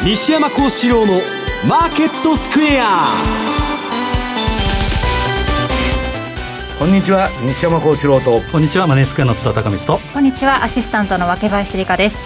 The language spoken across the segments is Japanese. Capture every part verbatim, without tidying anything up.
西山幸四郎のマーケットスクエア。 こんにちは、西山幸四郎と。 こんにちは、マネースクエアの津田高光と。 こんにちは、アシスタントの若林理香です。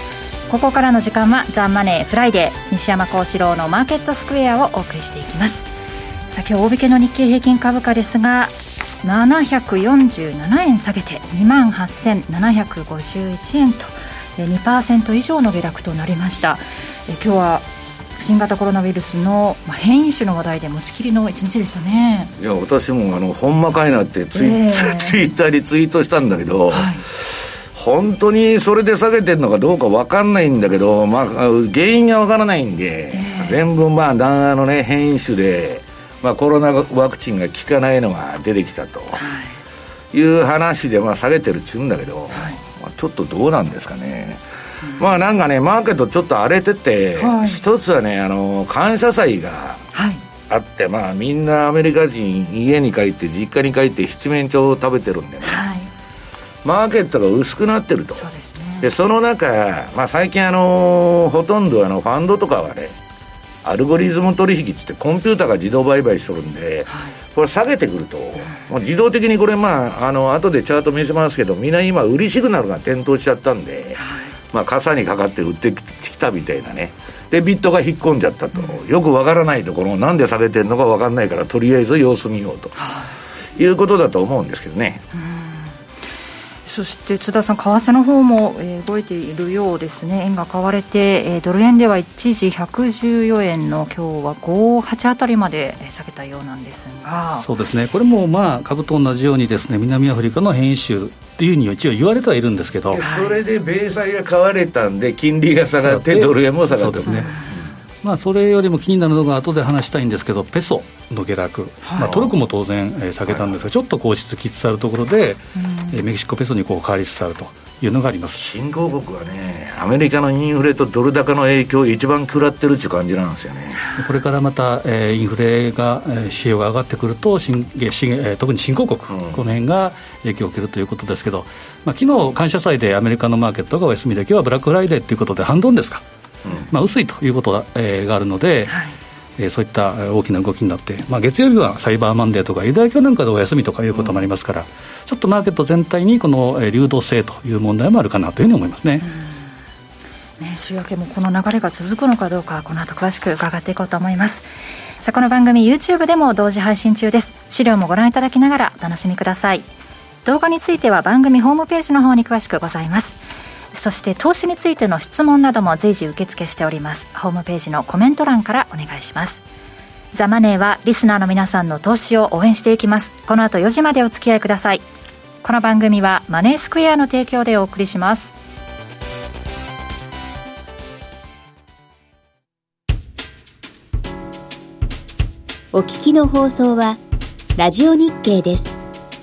ここからの時間はザ・マネーフライデー、西山幸四郎のマーケットスクエアをお送りしていきます。さあ、今日大引けの日経平均株価ですがななひゃくよんじゅうななえん下げて にまんはっせんななひゃくごじゅういちえんと にパーセント 以上の下落となりました。え今日は新型コロナウイルスの変異種の話題で持ちきりの一日でしたね。 いや、私もあのほんまかいなってツイ、えー、ツイッターにツイートしたんだけど、はい、本当にそれで下げてるのかどうか分かんないんだけど、まあ、原因が分からないんで、えー、全部まああの、ね、変異種で、まあ、コロナワクチンが効かないのが出てきたという話で、まあ、下げてるっちゅうんだけど、はい、まあ、ちょっとどうなんですかね。うん、まあなんかね、マーケットちょっと荒れてて、はい、一つはね、あの感謝祭があって、はい、まあみんなアメリカ人家に帰って実家に帰って七面鳥を食べてるんでね、はい、マーケットが薄くなってると。そうですね。でその中、まあ、最近あのほとんどあのファンドとかはね、アルゴリズム取引つってコンピューターが自動売買しとるんで、はい、これ下げてくると、もう自動的にこれ、まあ、あの後でチャート見せますけど、みんな今売りシグナルが点灯しちゃったんで、はい、まあ、傘にかかって売ってきたみたいなね。でビットが引っ込んじゃったと、うん、よくわからないところ、なんで下げてるのかわかんないから、とりあえず様子見ようと、はい、いうことだと思うんですけどね。うん、 そして津田さん、為替の方も、えー、動いているようですね。円が買われて、えー、ドル円では一時ひゃくじゅうよえんの今日はごじゅうはちあたりまで下げたようなんですが。 そうですね、これもまあ株と同じようにですね、南アフリカの変異種というふうに一応言われてはいるんですけど、 それで米債が買われたんで金利が下がってドル円も下がった。そうですね。 まあ、それよりも気になるのが後で話したいんですけど、ペソの下落、はい、まあ、トルコも当然、えー、下げたんですが、はい、ちょっとこう落ち着きつつあるところで、えー、メキシコペソにこう変わりつつあるというのがあります。 新興国はね、アメリカのインフレとドル高の影響を一番食らってるっていう感じなんですよね。 これからまた、えー、インフレが、えー、指標が上がってくると新、新えー、特に新興国、うん、この辺が影響を受けるということですけど、まあ、昨日感謝祭でアメリカのマーケットがお休みで、今日はブラックフライデーということで半ドンですか、うん、まあ、薄いということが、えー、があるので、はい、えー、そういった大きな動きになって、まあ、月曜日はサイバーマンデーとかユダヤ教なんかでお休みとかいうこともありますから、うん、ちょっとマーケット全体にこの流動性という問題もあるかなというふうに思いますね。 うん、ね、週明けもこの流れが続くのかどうか、この後詳しく伺っていこうと思います。さあ、この番組 YouTube でも同時配信中です。資料もご覧いただきながらお楽しみください。動画については番組ホームページの方に詳しくございます。そして投資についての質問なども随時受付しております。ホームページのコメント欄からお願いします。ザ・マネーはリスナーの皆さんの投資を応援していきます。この後よじまでお付き合いください。この番組はマネースクエアの提供でお送りします。 お聞きの放送はラジオ日経です。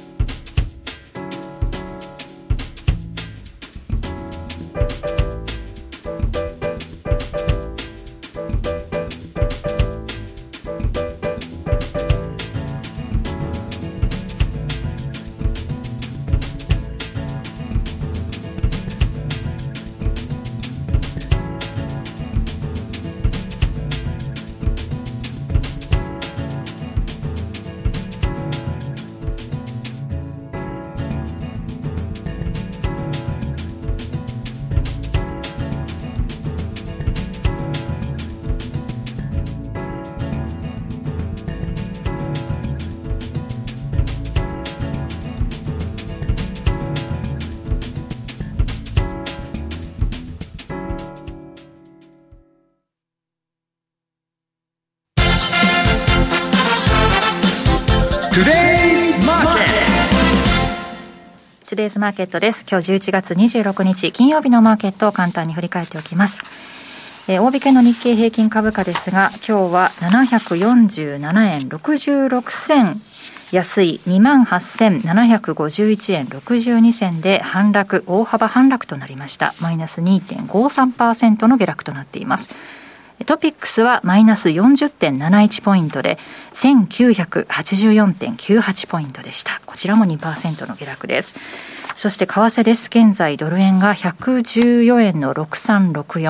トゥデイズマーケット。トゥデイズマーケットです。今日じゅういちがつにじゅうろくにち金曜日のマーケットを簡単に振り返っておきます。えー、大引けの日経平均株価ですが、今日はななひゃくよんじゅうななえんろくじゅうろくせん安い にまんはっせんななひゃくごじゅういちえんろくじゅうにせんで反落、大幅反落となりました。マイナス にてんごさんパーセント の下落となっています。トピックスはマイナス よんじゅってんなないち ポイントで せんきゅうひゃくはちじゅうよんてんきゅうはち ポイントでした。こちらも にパーセント の下落です。そして為替です。現在ドル円がひゃくじゅうよえんのろくさんろくよん、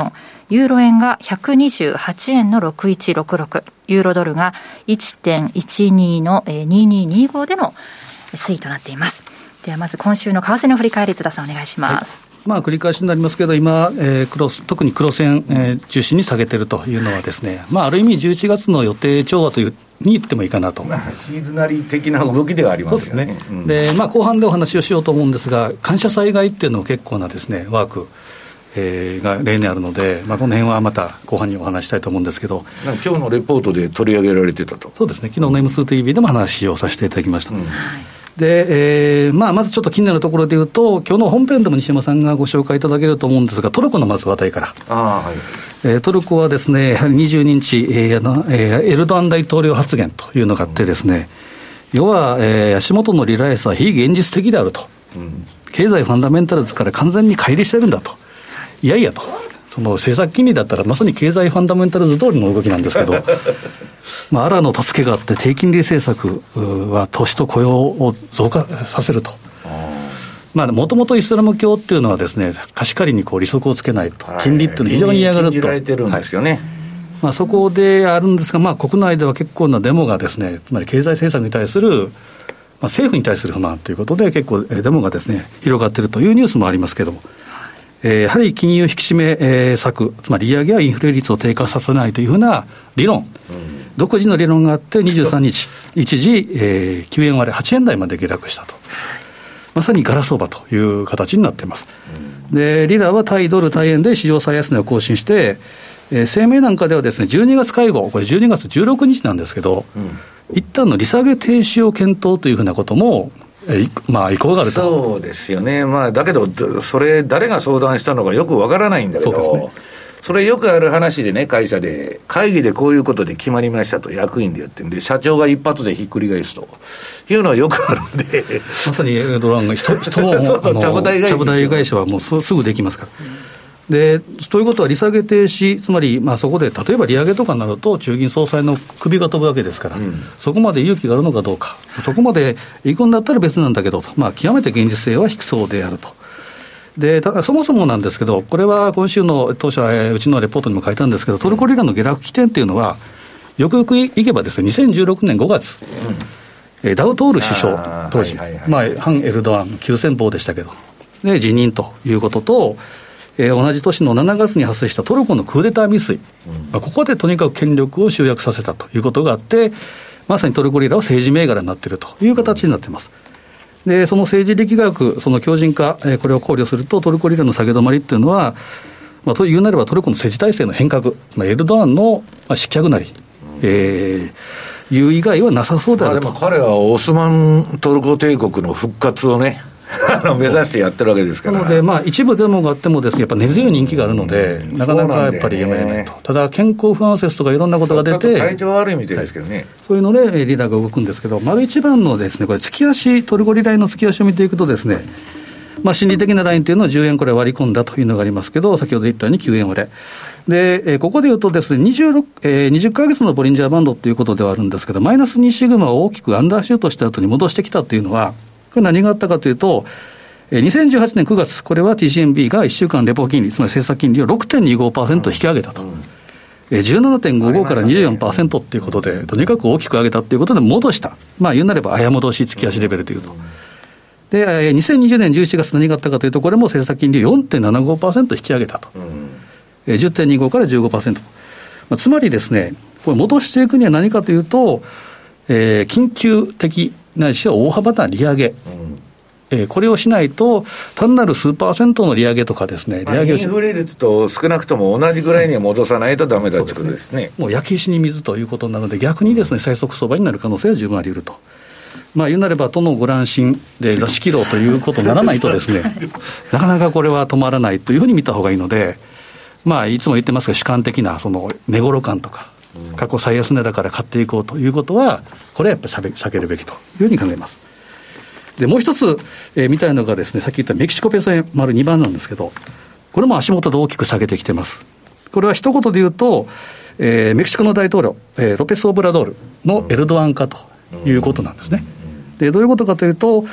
ユーロ円がひゃくにじゅうはちえんのろくいちろくろく、ユーロドルが いってんいちに のにーにーにーごでの推移となっています。ではまず今週の為替の振り返り、津田さんお願いします。はい、 まあ、繰り返しになりますけど、今、えー、黒特に黒線、えー、中心に下げているというのはですね、まあ、ある意味じゅういちがつの予定調和というに言ってもいいかなと、 まあ、シーズナリー的な動きではありますよね。 そうですね、うん、で、まあ、後半でお話をしようと思うんですが、感謝災害っていうのも結構なですねワーク、えー、が例年あるので、まあ、この辺はまた後半にお話したいと思うんですけど、 なんか今日のレポートで取り上げられてたと。 そうですね、昨日の エムツーティービー でも話をさせていただきました。うん、で、えーまあ、まずちょっと気になるところでいうと、今日の本編でも西山さんがご紹介いただけると思うんですが、トルコのまず話題から。 あ、はいえー、トルコはですね、やはりにじゅうににち、えーえー、エルドアン大統領発言というのがあってですね、うん、要は、えー、足元のリライスは非現実的であると、うん、経済ファンダメンタルズから完全に乖離してるんだと、いやいやと、その政策金利だったらまさに経済ファンダメンタルズ通りの動きなんですけどまあ、アラの助けがあって低金利政策は投資と雇用を増加させると。もともとイスラム教っていうのはですね、貸し借りにこう利息をつけないと、金利っていうのは非常に嫌がると、 禁じられてるんですよね。はい、 まあ、そこであるんですが、まあ、国内では結構なデモがですね、つまり経済政策に対する、まあ、政府に対する不満ということで結構デモがですね広がっているというニュースもありますけれども、えー、やはり金融引き締め、えー、策、つまり利上げやインフレ率を低下させないというふうな理論、うん、独自の理論があってにじゅうさんにち一時、えー、きゅうえん割れはちえん台まで下落したと、まさにガラ相場という形になっています。うん、でリラは対ドル対円で史上最安値を更新して、えー、声明なんかではですねじゅうにがつ会合、これじゅうにがつじゅうろくにちなんですけど、うん、一旦の利下げ停止を検討というふうなこともまあ、意向があると。 そうですよね。まあ、だけどそれ誰が相談したのかよくわからないんだけど、そうですね、それよくある話でね、会社で会議でこういうことで決まりましたと役員でやってるんで、社長が一発でひっくり返すというのはよくあるんでまさにエルドアンが人人のちゃぶ台返しはもうすぐできますから。でということは利下げ停止、つまりまあそこで例えば利上げとかになると中銀総裁の首が飛ぶわけですから、うん、そこまで勇気があるのかどうか、そこまで行くんだったら別なんだけど、まあ、極めて現実性は低そうであると。でただそもそもなんですけど、これは今週の当初はうちのレポートにも書いたんですけど、トルコリラの下落起点というのはよくよくいけばですねにせんじゅうろくねんごがつ、うん、ダウトール首相当時、はいはいはい、まあ、反エルドアン急先鋒でしたけどで辞任ということと、えー、同じ年のしちがつに発生したトルコのクーデター未遂、うん、まあ、ここでとにかく権力を集約させたということがあって、まさにトルコリラは政治銘柄になっているという形になっています。でその政治力学、その強靭化、えー、これを考慮するとトルコリラの下げ止まりっていうのは、まあ、というなればトルコの政治体制の変革、まあ、エルドアンの、まあ、失脚なり、うん、えー、いう以外はなさそうであると。 まあ、でも彼はオスマントルコ帝国の復活をね目指してやってるわけですから。 なので、まあ、一部デモがあってもです、ね、やっぱ根強い人気があるので、うん、なかなかやっぱりやめれないと。ただ健康不安説とかいろんなことが出て、 体調悪いみたいですけどね、はい、 そういうのでリラが動くんですけど、丸一番のですね、これ月足、トルコリラの月足を見ていくとですね、まあ、心理的なラインというのはじゅうえんこれ割り込んだというのがありますけど、先ほど言ったようにきゅうえん割れで、えー、ここで言うとですね、にじゅうろく、えー、にじゅっかげつのボリンジャーバンドということではあるんですけど、マイナスにシグマを大きくアンダーシュートした後に戻してきたというのは、これ何があったかというと、にせんじゅうはちねんくがつ、これは ティーシーエムビー がいっしゅうかんレポ金利、つまり政策金利を ろくてんにごパーセント 引き上げたと、うん、じゅうななてんごご から にじゅうよんパーセント ということで、とにかく大きく上げたということで戻した、まあ言うなれば早戻し月足レベルというと、でにせんにじゅうねんじゅういちがつ何があったかというと、これも政策金利を よんてんななごパーセント 引き上げたと、うん、じゅってんにご から じゅうごパーセント、まあ、つまりですね、これ戻していくには何かというと、えー、緊急的ないしは大幅な利上げ、うん、えー、これをしないと単なる数パーセントの利上げとかですね、利上げをインフレ率と少なくとも同じぐらいには戻さないとダメだということですね。 もう焼き石に水ということなので、逆にですね、最速相場になる可能性は十分あり得ると。まあ、言うなれば都のご乱心で座敷道ということにならないとですねなかなかこれは止まらないというふうに見た方がいいので、まあ、いつも言ってますが主観的なその値頃感とか過去最安値だから買っていこうということは、これはやっぱり避けるべきというふうに考えます。でもう一つ、えー、見たいのがですね、さっき言ったメキシコペソ円丸にばんなんですけど、これも足元で大きく下げてきてます。これは一言で言うと、えー、メキシコの大統領、えー、ロペス・オブラドールのエルドアン化ということなんですね。でどういうことかというと、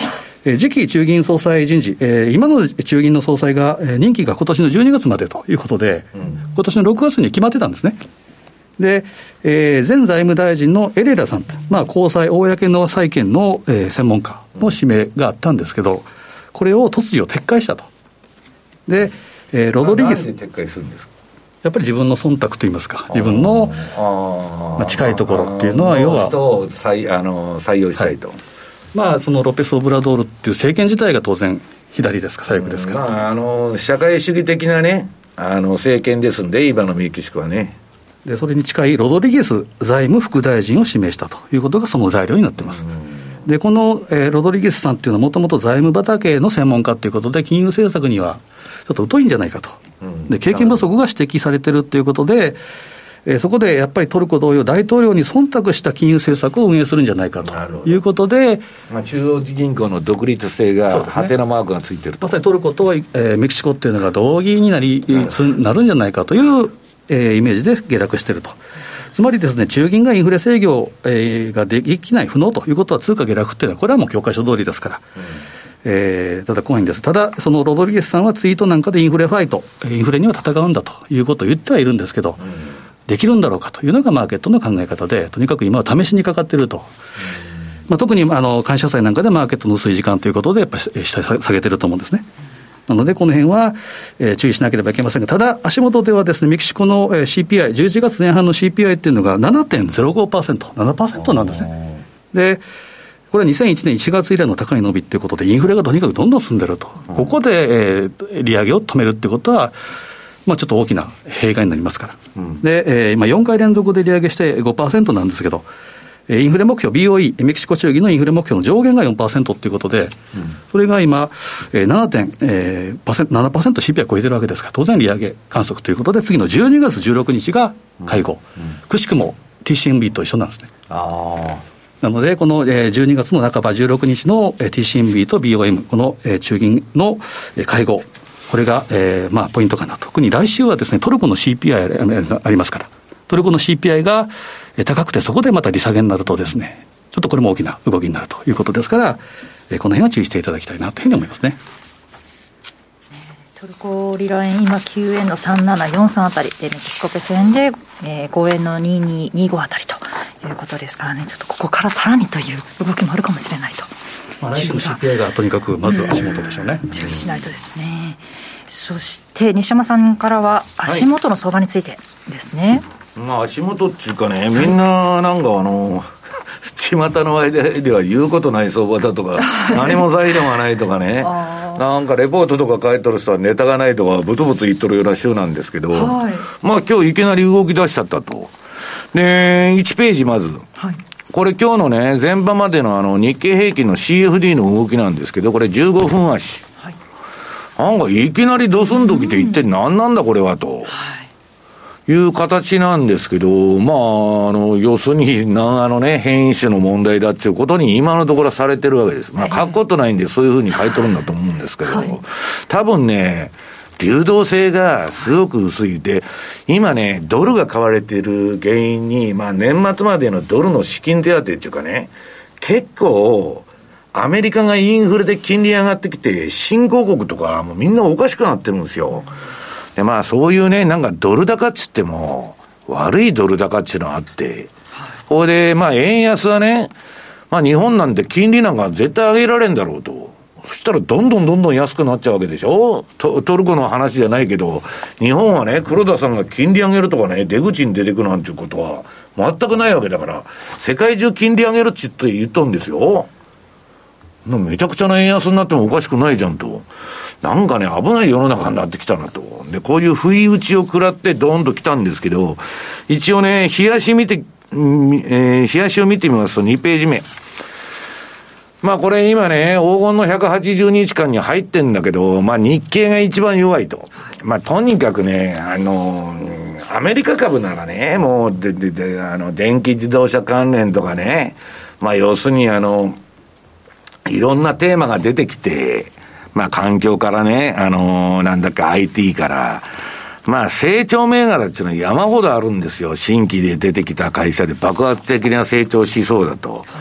えー、次期中銀総裁人事、えー、今の中銀の総裁が、えー、任期が今年のじゅうにがつまでということで、うん、今年のろくがつに決まってたんですね。で、えー、前財務大臣のエレラさん、まあ、公債、公の債権の、えー、専門家の指名があったんですけど、これを突如撤回したと。で、えー、ロドリゲス、 なんで撤回するんですか。 やっぱり自分の忖度といいますか、自分のまあ、近いところっていうのは、要は人を採、あの採用したいと、 はい、まあ、そのロペス・オブラドールっていう政権自体が当然左ですか、左翼ですから、 まあ、あの社会主義的なね、あの政権ですんで、今のメキシコはね。 でそれに近いロドリゲス財務副大臣を指名したということがその材料になっています。でこの、えー、ロドリゲスさんっていうのはもともと財務畑の専門家ということで、金融政策にはちょっと疎いんじゃないかと、で経験不足が指摘されているということで、えー、そこでやっぱりトルコ同様、大統領に忖度した金融政策を運営するんじゃないかということで、 まあ、中央銀行の独立性が、ハテナマークがついてると、 まさにトルコと、えー、メキシコっていうのが同義になりなるんじゃないかという、えー、イメージで下落していると。つまりですね、中銀がインフレ制御、えー、ができない、不能ということは、通貨下落っていうのは、これはもう教科書通りですから、うんえー、ただ怖いんです。ただ、そのロドリゲスさんはツイートなんかでインフレファイト、インフレには戦うんだということを言ってはいるんですけど、うん、できるんだろうかというのがマーケットの考え方で、とにかく今は試しにかかっていると。うんまあ、特にあの感謝祭なんかでマーケットの薄い時間ということで、やっぱり下下げてると思うんですね。なので、この辺は、えー、注意しなければいけませんが、ただ、足元ではですね、メキシコの、えー、シーピーアイ、じゅういちがつ前半の シーピーアイ っていうのが ななてんゼロごパーセント、ななパーセント なんですね。で、これはにせんいちねんいちがつ以来の高い伸びということで、インフレがとにかくどんどん進んでると。ここで、えー、利上げを止めるってことは、まあ、ちょっと大きな弊害になりますから。うん、で、えー、今よんかい連続で利上げして ごパーセント なんですけど、インフレ目標 ビーオーイー メキシコ中銀のインフレ目標の上限が よんパーセント ということで、うん、それが今 ななてんななパーセント シーピーアイ 超えてるわけですから、当然利上げ観測ということで、次のじゅうにがつじゅうろくにちが会合、うんうん、くしくも ティーシーエムビー と一緒なんですね。あなのでこのじゅうにがつの半ばじゅうろくにちの ティーシーエムビー と ビーオーエム この中銀の会合、これが、えーまあ、ポイントかなと。特に来週はですね、トルコの シーピーアイ ありますから、トルコの シーピーアイ が高くて、そこでまた利下げになるとですね、ちょっとこれも大きな動きになるということですから、この辺は注意していただきたいなというふうに思いますね。 トルコリラ円今きゅうえんのさんななよんさんあたりで、メキシコペソ円で、えー、ごえんのにににごあたりということですからね、ちょっとここからさらにという動きもあるかもしれないと。 まあ、来週の シーピーアイ がとにかくまず足元でしょうね、 うん、注意しないとですね。そして西山さんからは足元の相場についてですね、 はい、まあ、足元っていうかね、みんななんかあの巷の間では言うことない相場だとか何も材料がないとかねなんかレポートとか書いとる人はネタがないとかブツブツ言っとるような週なんですけど、はい、まあ今日いきなり動き出しちゃったと。でいちページまず、はい、これ今日のね前場までのあの日経平均の シーエフディー の動きなんですけど、これじゅうごふん足、はい、なんかいきなりドスンときて一体何なんだこれはと、いう形なんですけど、まあ、あの、要するに、なあのね、変異種の問題だっていうことに今のところされてるわけです。まあ、書くことないんで、そういうふうに書いとるんだと思うんですけど、はい、多分ね、流動性がすごく薄いで、今ね、ドルが買われている原因に、まあ、年末までのドルの資金手当っていうかね、結構、アメリカがインフレで金利上がってきて、新興国とか、もうみんなおかしくなってるんですよ。でまあそういうね、なんかドル高っつっても、悪いドル高っつうのがあって、これでまあ円安はね、まあ日本なんて金利なんか絶対上げられんだろうと。そしたらどんどんどんどん安くなっちゃうわけでしょ。ト, トルコの話じゃないけど、日本はね、黒田さんが金利上げるとかね、出口に出てくなんていうことは全くないわけだから、世界中金利上げるって言って言ったんですよ。めちゃくちゃな円安になってもおかしくないじゃんと。なんかね、危ない世の中になってきたなと。で、こういう不意打ちを食らってドーンと来たんですけど、一応ね、冷やし見て、えー、冷やしを見てみますとにページ目。まあこれ今ね、黄金のひゃくはちじゅうにちかんに入ってんだけど、まあ日経が一番弱いと。まあとにかくね、あの、アメリカ株ならね、もう、で、で、で、あの、電気自動車関連とかね、まあ要するにあの、いろんなテーマが出てきて、まあ環境からね、あのー、なんだか アイティー から、まあ成長銘柄っていうのは山ほどあるんですよ。新規で出てきた会社で爆発的な成長しそうだと。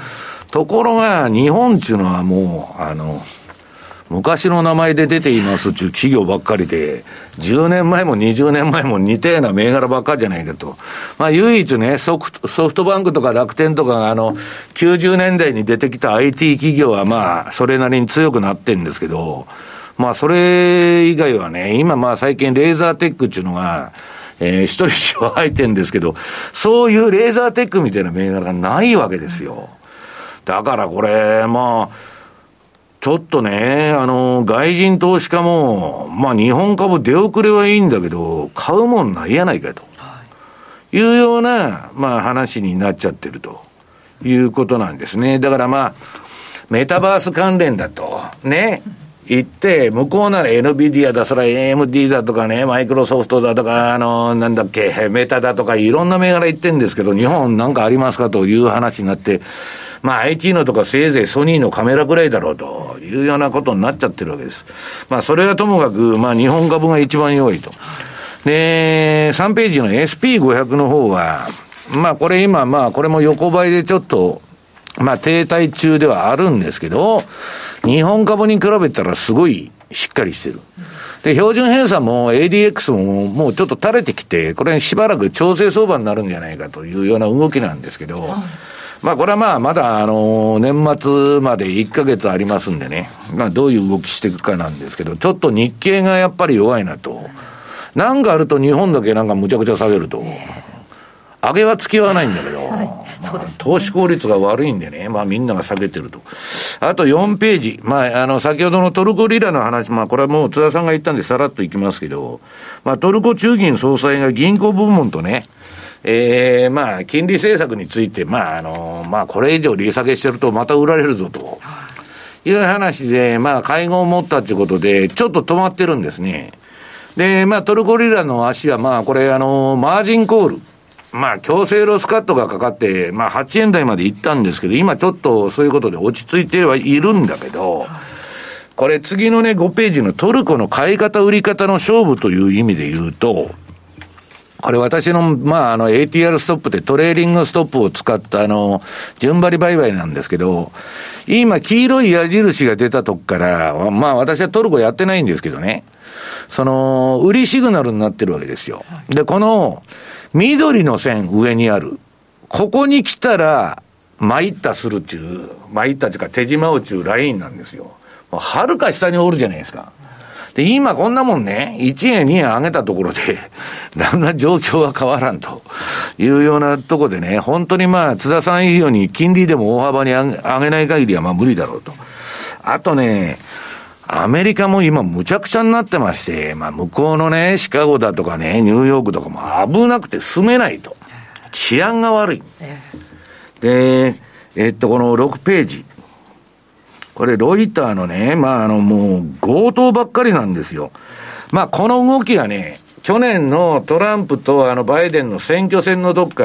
ところが、日本っていうのはもう、あの、昔の名前で出ていますっていう企業ばっかりで、じゅうねんまえもにじゅうねんまえも似たような銘柄ばっかりじゃないかと。まあ唯一ね、ソフト、ソフトバンクとか楽天とかあの、きゅうじゅうねんだいに出てきた アイティー 企業はまあ、それなりに強くなってるんですけど、まあそれ以外はね、今まあ最近レーザーテックっていうのが、えー、一人一人入ってるんですけど、そういうレーザーテックみたいな銘柄がないわけですよ。だからこれ、まあ、ちょっとね、あの、外人投資家も、まあ日本株出遅れはいいんだけど、買うもんないやないかと。いうような、まあ話になっちゃってるということなんですね。だからまあ、メタバース関連だと、ね、言って、向こうなら エヌビディア だ、それは エーエムディー だとかね、マイクロソフトだとか、あの、なんだっけ、メタだとか、いろんな銘柄言ってるんですけど、日本なんかありますかという話になって、まあ アイティー のとかせいぜいソニーのカメラぐらいだろうというようなことになっちゃってるわけです。まあそれはともかく、まあ日本株が一番弱いと。で、さんページの エスピーごひゃく の方は、まあこれ今、まあこれも横ばいでちょっと、まあ停滞中ではあるんですけど、日本株に比べたらすごいしっかりしてる。で、標準偏差も エーディーエックス ももうちょっと垂れてきて、これしばらく調整相場になるんじゃないかというような動きなんですけど、まあこれはまあまだあの年末までいっかげつありますんでね、まあどういう動きしていくかなんですけど、ちょっと日経がやっぱり弱いなと。なんかあると日本だけなんかむちゃくちゃ下げると。上げはつきはないんだけど、はい、まあ、投資効率が悪いんでね、まあみんなが下げてると。あとよんページ、まああの先ほどのトルコリラの話、まあこれはもう津田さんが言ったんでさらっといきますけど、まあトルコ中銀総裁が銀行部門とね、ええー、まあ金利政策について、まああのまあこれ以上利下げしてるとまた売られるぞという話で、まあ会合を持ったっていうことでちょっと止まってるんですね。で、まあトルコリラの足はまあこれあのマージンコール、まあ強制ロスカットがかかって、まあはちえん台まで行ったんですけど、今ちょっとそういうことで落ち着いてはいるんだけど、これ次のねごページのトルコの買い方売り方の勝負という意味で言うと、これ私の、まあ、あの、エーティーアール ストップでトレーリングストップを使ったあの、順張り売買なんですけど、今、黄色い矢印が出たとこから、まあ私はトルコやってないんですけどね、その、売りシグナルになってるわけですよ。で、この、緑の線上にある、ここに来たら、参ったするっていう、参ったっていうか手締まうっていうラインなんですよ。もうはるか下におるじゃないですか。で、今こんなもんね、いちえんにえん上げたところで、だんだん状況は変わらんというようなところでね、本当にまあ、津田さん以上に金利でも大幅に上げ、上げない限りはまあ無理だろうと。あとね、アメリカも今むちゃくちゃになってまして、まあ向こうのね、シカゴだとかね、ニューヨークとかも危なくて住めないと。治安が悪い。で、えっと、このろくページ。これロイターのね、まああのもう強盗ばっかりなんですよ。まあこの動きはね、去年のトランプとあのバイデンの選挙戦のとこから、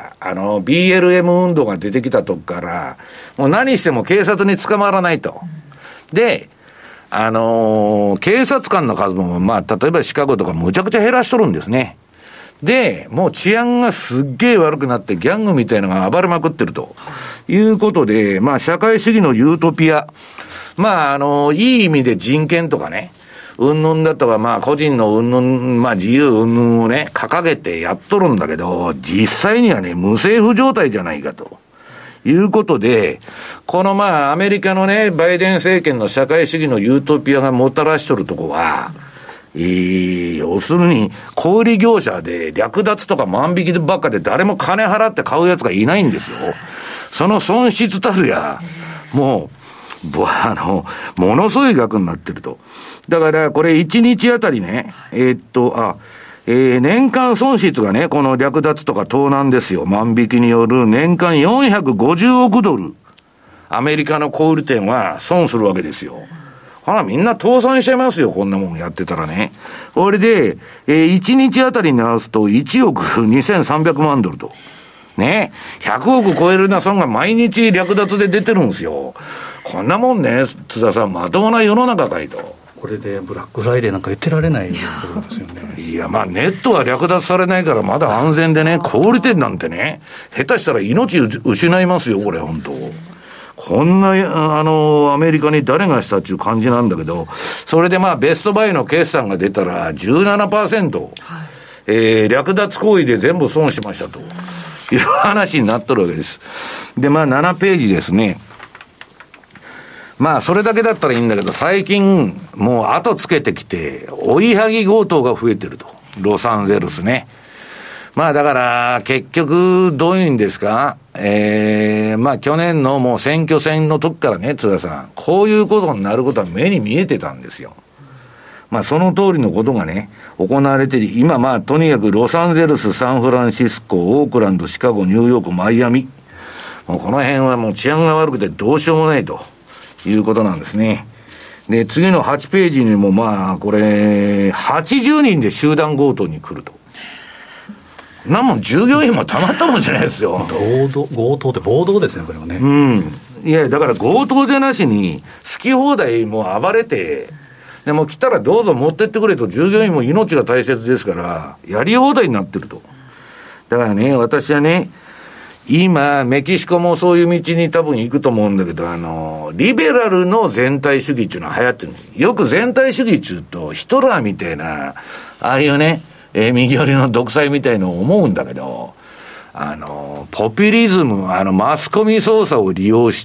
あの ビーエルエム 運動が出てきたとこから、もう何しても警察に捕まらないと。で、あのー、警察官の数もまあ例えばシカゴとかむちゃくちゃ減らしとるんですね。で、もう治安がすっげえ悪くなってギャングみたいなのが暴れまくってるということで、まあ社会主義のユートピア、まああの、いい意味で人権とかね、うんぬんだとかまあ個人のうんぬん、まあ自由うんぬんをね、掲げてやっとるんだけど、実際にはね、無政府状態じゃないかということで、このまあアメリカのね、バイデン政権の社会主義のユートピアがもたらしとるとこは、えー、要するに小売業者で略奪とか万引きばっかで誰も金払って買うやつがいないんですよ。その損失たるやもうあのものすごい額になってると。だからこれいちにちあたりね、えー、っとあ、えー、年間損失がね、この略奪とか盗難ですよ、万引きによる年間よんひゃくごじゅうおくドル、アメリカの小売店は損するわけですよ。ほらみんな倒産しちゃいますよ、こんなもんやってたらね。これで、えー、いちにちあたりに合わすといちおくにせんさんびゃくまんドルと。ね。ひゃくおく超えるような損が毎日略奪で出てるんですよ。こんなもんね、津田さん、まともな世の中かいと。 これでブラックフライデーなんか言ってられないところですよね。 いや、まあネットは略奪されないからまだ安全でね、小売店なんてね、下手したら命失いますよ、これ、本当。 こんな、あの、アメリカに誰がしたっていう感じなんだけど、それでまあ、ベストバイの決算が出たら じゅうななパーセント、はい、えー、略奪行為で全部損しましたという話になっとるわけです。で、まあ、ななページですね。まあ、それだけだったらいいんだけど、最近、もう後つけてきて、追いはぎ強盗が増えてると。ロサンゼルスね。まあだから結局どういうんですか、えー、まあ去年のもう選挙戦の時からね、津田さん、こういうことになることは目に見えてたんですよ。まあその通りのことがね、行われている。今まあとにかくロサンゼルス、サンフランシスコ、オークランド、シカゴ、ニューヨーク、マイアミ。もうこの辺はもう治安が悪くてどうしようもないということなんですね。で、次のはちページにもまあこれ、はちじゅうにんで集団強盗に来ると。なもん従業員もたまったもんじゃないですよ。 強盗、強盗って暴動ですね、これはね。 うん。いや、だから強盗じゃなしに、好き放題もう暴れて、でも来たらどうぞ持ってってくれと、従業員も命が大切ですから、やり放題になってると。だからね、私はね、今、メキシコもそういう道に多分行くと思うんだけど、あの、リベラルの全体主義っていうのは流行ってるんです。よく全体主義っていうと、ヒトラーみたいな、ああいうね、えー、右寄りの独裁みたいのを思うんだけど、あの、ポピュリズム、あの、マスコミ操作を利用して、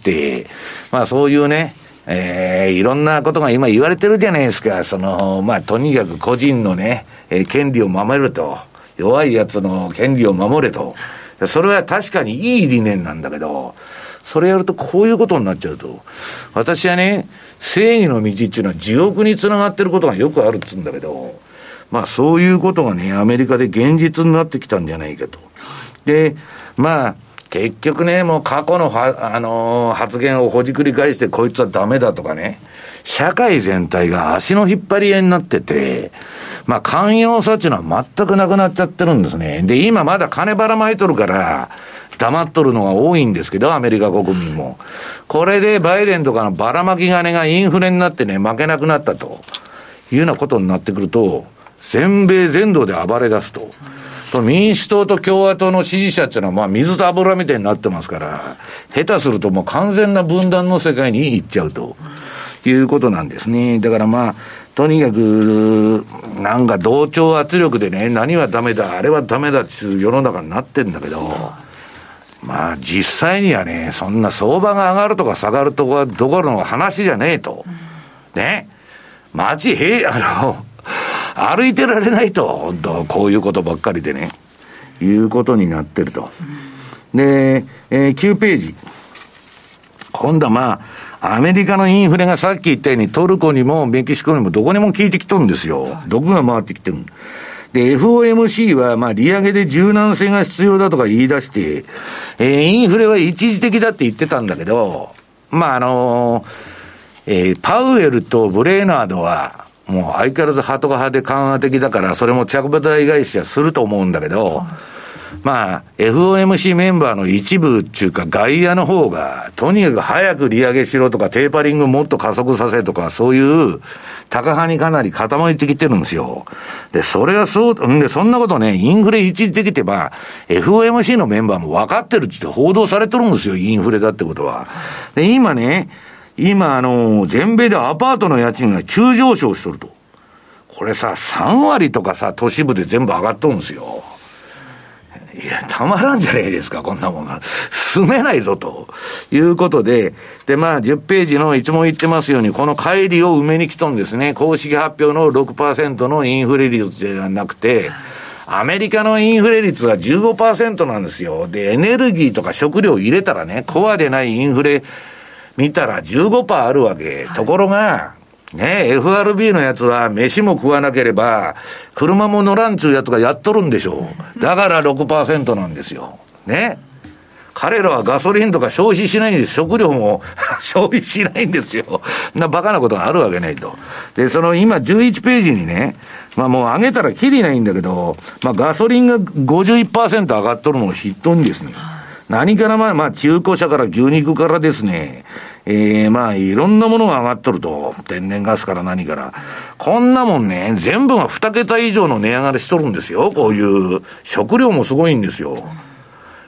まあそういうね、えー、いろんなことが今言われてるじゃないですか。その、まあとにかく個人のね、えー、権利を守ると、弱いやつの権利を守れと。それは確かにいい理念なんだけど、それやるとこういうことになっちゃうと、私はね、正義の道っていうのは地獄につながってることがよくあるっつうんだけど、まあそういうことがね、アメリカで現実になってきたんじゃないかと。で、まあ、結局ね、もう過去のは、あのー、発言をほじくり返してこいつはダメだとかね、社会全体が足の引っ張り合いになってて、まあ寛容さっていうのは全くなくなっちゃってるんですね。で、今まだ金ばらまいとるから、黙っとるのが多いんですけど、アメリカ国民も。これでバイデンとかのばらまき金がインフレになってね、負けなくなったというようなことになってくると、全米全土で暴れ出すと。民主党と共和党の支持者っていうのはまあ水と油みたいになってますから、下手するともう完全な分断の世界に行っちゃうということなんですね。だからまあ、とにかく、なんか同調圧力でね、何はダメだ、あれはダメだっていう世の中になってるんだけど、まあ実際にはね、そんな相場が上がるとか下がるとかどころの話じゃねえと。ね。街、へあの、歩いてられないと、本当こういうことばっかりでね、いうことになってると。で、えー、きゅうページ。今度はまあ、アメリカのインフレがさっき言ったようにトルコにもメキシコにもどこにも効いてきとるんですよ。どこが回ってきてる。で、エフオーエムシー はまあ利上げで柔軟性が必要だとか言い出して、えー、インフレは一時的だって言ってたんだけど、まああのー、えー、パウエルとブレーナードは、もう相変わらずハト派で緩和的だから、それも着払い返しはすると思うんだけど、まあ、エフオーエムシー メンバーの一部っていうか外野の方が、とにかく早く利上げしろとか、テーパリングもっと加速させとか、そういう高派にかなり傾いてきてるんですよ。で、それはそう、んで、そんなことね、インフレ一時的ってば、エフオーエムシー のメンバーも分かってるって言って報道されてるんですよ、インフレだってことは。で、今ね、今、あの、全米でアパートの家賃が急上昇しとると。これさ、さんわりとかさ、都市部で全部上がっとるんですよ。いや、たまらんじゃねえですか、こんなもんが。住めないぞ、ということで。で、まあ、じゅっページのいつも言ってますように、この乖離を埋めに来とんですね。公式発表の ろくパーセント のインフレ率ではなくて、アメリカのインフレ率は じゅうごパーセント なんですよ。で、エネルギーとか食料入れたらね、コアでないインフレ、見たら じゅうごパーセント あるわけ。ところが、ね、エフアールビー のやつは飯も食わなければ、車も乗らんちゅうやつがやっとるんでしょう。だから ろくパーセント なんですよ。ね。彼らはガソリンとか消費しないんです。食料も消費しないんですよ。なバカなことがあるわけないと。で、その今じゅういちページにね、まあもう上げたらきりないんだけど、まあガソリンが ごじゅういちパーセント 上がっとるのを筆頭にですね、何からまあ、まあ中古車から牛肉からですね、ええー、まあいろんなものが上がっとると。天然ガスから何から。こんなもんね、全部がに桁以上の値上がりしとるんですよ。こういう食料もすごいんですよ。